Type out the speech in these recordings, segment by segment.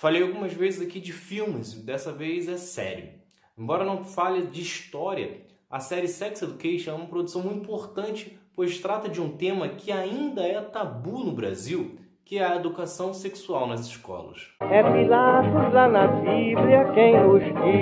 Falei algumas vezes aqui de filmes, dessa vez é série. Embora não fale de história, a série Sex Education é uma produção muito importante, pois trata de um tema que ainda é tabu no Brasil, que é a educação sexual nas escolas. É Pilatos lá na Bíblia quem nos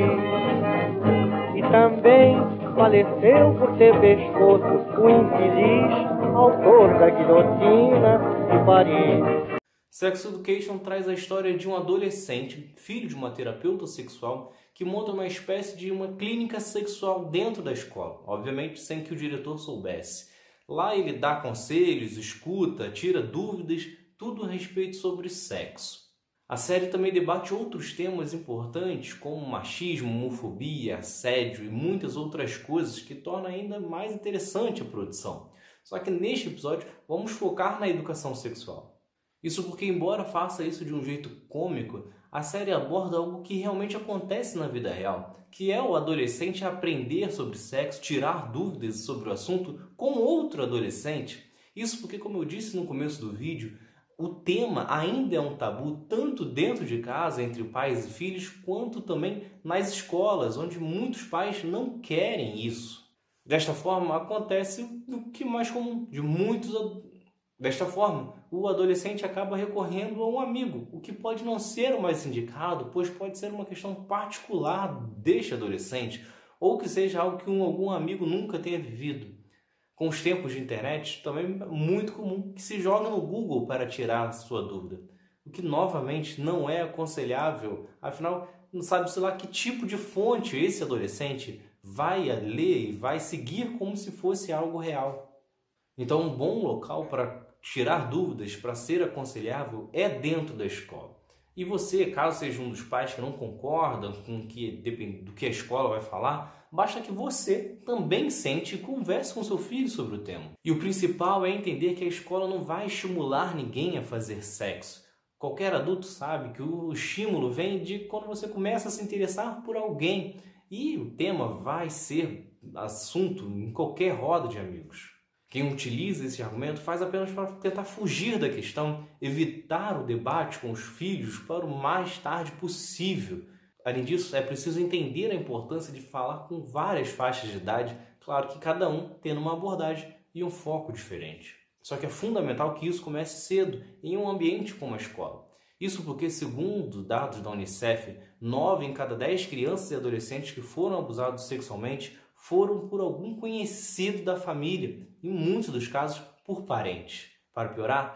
diz, e também faleceu por ter pescoço o infeliz autor da guilhotina de Paris. Sex Education traz a história de um adolescente, filho de uma terapeuta sexual, que monta uma espécie de uma clínica sexual dentro da escola, obviamente sem que o diretor soubesse. Lá ele dá conselhos, escuta, tira dúvidas, tudo a respeito sobre sexo. A série também debate outros temas importantes, como machismo, homofobia, assédio e muitas outras coisas que tornam ainda mais interessante a produção. Só que neste episódio vamos focar na educação sexual. Isso porque, embora faça isso de um jeito cômico, a série aborda algo que realmente acontece na vida real, que é o adolescente aprender sobre sexo, tirar dúvidas sobre o assunto com outro adolescente. Isso porque, como eu disse no começo do vídeo, o tema ainda é um tabu tanto dentro de casa, entre pais e filhos, quanto também nas escolas, onde muitos pais não querem isso. Desta forma, acontece o que mais comum de muitos. Desta forma, o adolescente acaba recorrendo a um amigo, o que pode não ser o mais indicado, pois pode ser uma questão particular deste adolescente, ou que seja algo que algum amigo nunca tenha vivido. Com os tempos de internet, também é muito comum que se jogue no Google para tirar a sua dúvida, o que novamente não é aconselhável, afinal, não sabe-se lá que tipo de fonte esse adolescente vai ler e vai seguir como se fosse algo real. Então, um bom local para tirar dúvidas, para ser aconselhável, é dentro da escola. E você, caso seja um dos pais que não concorda com do que a escola vai falar, basta que você também sente e converse com seu filho sobre o tema. E o principal é entender que a escola não vai estimular ninguém a fazer sexo. Qualquer adulto sabe que o estímulo vem de quando você começa a se interessar por alguém. E o tema vai ser assunto em qualquer roda de amigos. Quem utiliza esse argumento faz apenas para tentar fugir da questão, evitar o debate com os filhos para o mais tarde possível. Além disso, é preciso entender a importância de falar com várias faixas de idade, claro que cada um tendo uma abordagem e um foco diferente. Só que é fundamental que isso comece cedo, em um ambiente como a escola. Isso porque, segundo dados da Unicef, 9 em cada 10 crianças e adolescentes que foram abusados sexualmente foram por algum conhecido da família, em muitos dos casos por parentes. Para piorar,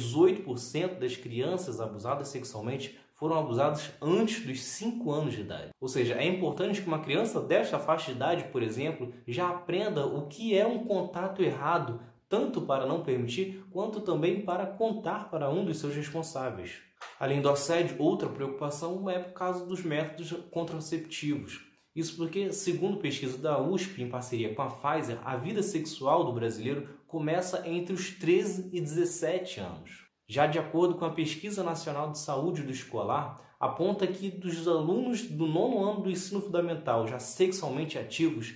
18% das crianças abusadas sexualmente foram abusadas antes dos 5 anos de idade. Ou seja, é importante que uma criança desta faixa de idade, por exemplo, já aprenda o que é um contato errado, tanto para não permitir, quanto também para contar para um dos seus responsáveis. Além do assédio, outra preocupação é por causa dos métodos contraceptivos. Isso porque, segundo pesquisa da USP, em parceria com a Pfizer, a vida sexual do brasileiro começa entre os 13 e 17 anos. Já de acordo com a Pesquisa Nacional de Saúde do Escolar, aponta que dos alunos do 9º ano do ensino fundamental já sexualmente ativos,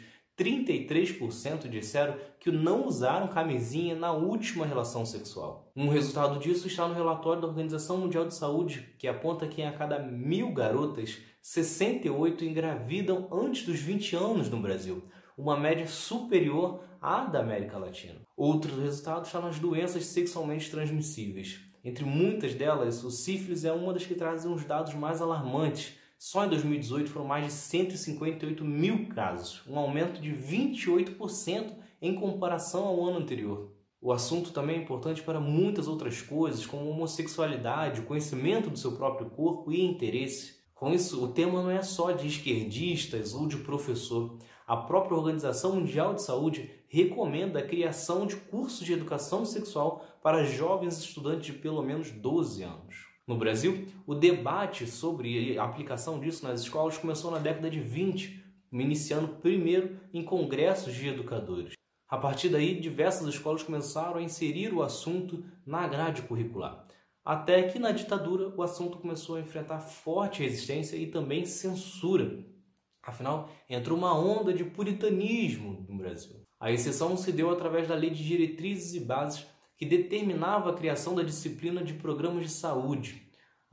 33% disseram que não usaram camisinha na última relação sexual. Um resultado disso está no relatório da Organização Mundial de Saúde, que aponta que a cada 1.000 garotas, 68 engravidam antes dos 20 anos no Brasil, uma média superior à da América Latina. Outro resultado está nas doenças sexualmente transmissíveis. Entre muitas delas, o sífilis é uma das que trazem os dados mais alarmantes. Só em 2018 foram mais de 158 mil casos, um aumento de 28% em comparação ao ano anterior. O assunto também é importante para muitas outras coisas, como homossexualidade, o conhecimento do seu próprio corpo e interesse. Com isso, o tema não é só de esquerdistas ou de professor. A própria Organização Mundial de Saúde recomenda a criação de cursos de educação sexual para jovens estudantes de pelo menos 12 anos. No Brasil, o debate sobre a aplicação disso nas escolas começou na década de 20, iniciando primeiro em congressos de educadores. A partir daí, diversas escolas começaram a inserir o assunto na grade curricular. Até que na ditadura o assunto começou a enfrentar forte resistência e também censura. Afinal, entrou uma onda de puritanismo no Brasil. A exceção se deu através da Lei de Diretrizes e Bases, que determinava a criação da disciplina de programas de saúde.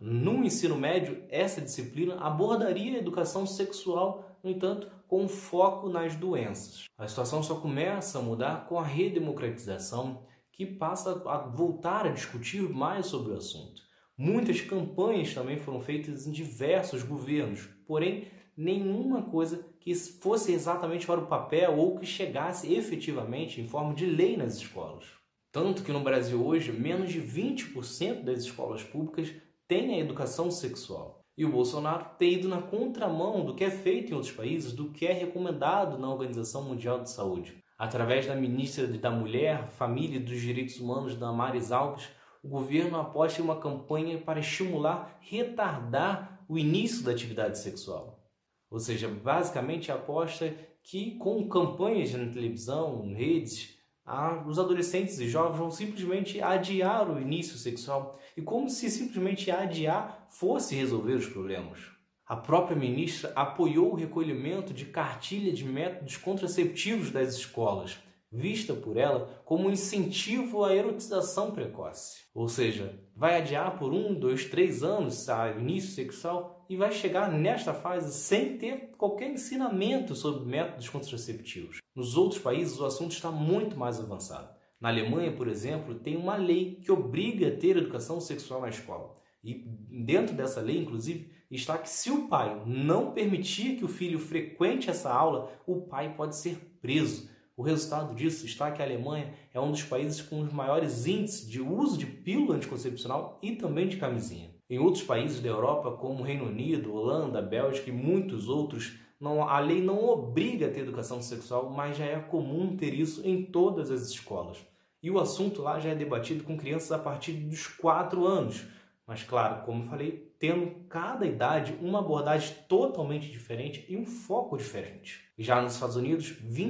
No ensino médio, essa disciplina abordaria a educação sexual, no entanto, com foco nas doenças. A situação só começa a mudar com a redemocratização, que passa a voltar a discutir mais sobre o assunto. Muitas campanhas também foram feitas em diversos governos, porém, nenhuma coisa que fosse exatamente para o papel ou que chegasse efetivamente em forma de lei nas escolas. Tanto que no Brasil hoje, menos de 20% das escolas públicas têm a educação sexual. E o Bolsonaro tem ido na contramão do que é feito em outros países, do que é recomendado na Organização Mundial de Saúde. Através da ministra da Mulher, Família e dos Direitos Humanos, Damares Alves, o governo aposta em uma campanha para estimular, retardar o início da atividade sexual. Ou seja, basicamente aposta que com campanhas na televisão, em redes, os adolescentes e jovens vão simplesmente adiar o início sexual e como se simplesmente adiar fosse resolver os problemas. A própria ministra apoiou o recolhimento de cartilha de métodos contraceptivos das escolas, vista por ela como um incentivo à erotização precoce. Ou seja, vai adiar por 1, 2, 3 anos o início sexual e vai chegar nesta fase sem ter qualquer ensinamento sobre métodos contraceptivos. Nos outros países o assunto está muito mais avançado. Na Alemanha, por exemplo, tem uma lei que obriga a ter educação sexual na escola. E dentro dessa lei, inclusive, está que se o pai não permitir que o filho frequente essa aula, o pai pode ser preso. O resultado disso está que a Alemanha é um dos países com os maiores índices de uso de pílula anticoncepcional e também de camisinha. Em outros países da Europa, como Reino Unido, Holanda, Bélgica e muitos outros, a lei não obriga a ter educação sexual, mas já é comum ter isso em todas as escolas. E o assunto lá já é debatido com crianças a partir dos 4 anos. Mas claro, como eu falei, tendo cada idade uma abordagem totalmente diferente e um foco diferente. Já nos Estados Unidos,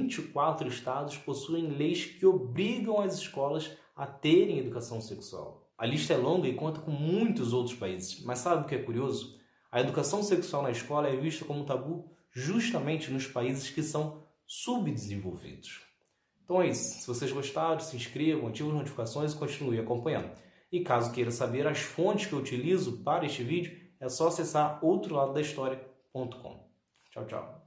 24 estados possuem leis que obrigam as escolas a terem educação sexual. A lista é longa e conta com muitos outros países, mas sabe o que é curioso? A educação sexual na escola é vista como tabu justamente nos países que são subdesenvolvidos. Então é isso. Se vocês gostaram, se inscrevam, ativem as notificações e continuem acompanhando. E caso queira saber as fontes que eu utilizo para este vídeo, é só acessar outroladodahistoria.com. Tchau, tchau.